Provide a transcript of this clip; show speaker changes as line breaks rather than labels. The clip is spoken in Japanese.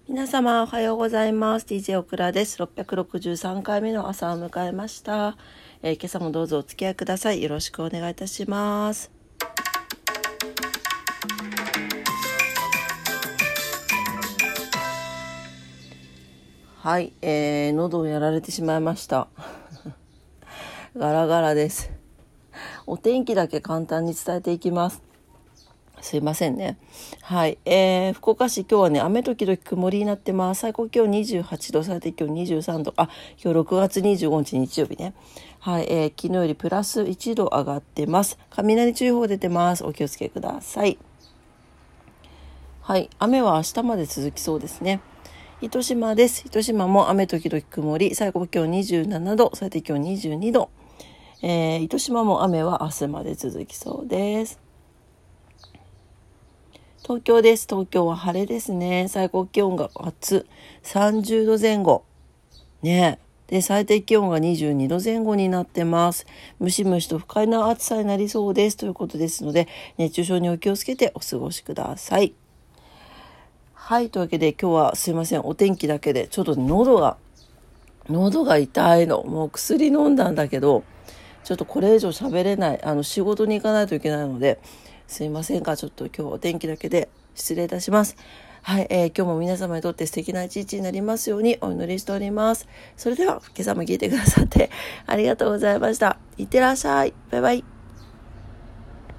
皆様おはようございます。DJ オクラです。663回目の朝を迎えました。今朝もどうぞお付き合いください。よろしくお願いいたします。はい、喉をやられてしまいました。ガラガラです。お天気だけ簡単に伝えていきます。すいませんね。はい。福岡市今日はね、雨時々曇りになってます。最高気温28度、最低気温23度。今日6月25日日曜日ね。はい。昨日よりプラス1度上がってます。雷注意報出てます。お気をつけください。はい。雨は明日まで続きそうですね。糸島です。糸島も雨時々曇り、最高気温27度、最低気温22度。糸島も雨は明日まで続きそうです。東京です。東京は晴れですね。最高気温が30度前後。ね。で、最低気温が22度前後になってます。ムシムシと不快な暑さになりそうです。ということですので、熱中症にお気をつけてお過ごしください。はい。というわけで今日はすいません。お天気だけで、ちょっと喉が痛いの。もう薬飲んだんだけど、ちょっとこれ以上喋れない。仕事に行かないといけないので、すいませんが、ちょっと今日はお天気だけで失礼いたします。はい、今日も皆様にとって素敵な一日になりますようにお祈りしております。それでは、今朝も聞いてくださってありがとうございました。いってらっしゃい。バイバイ。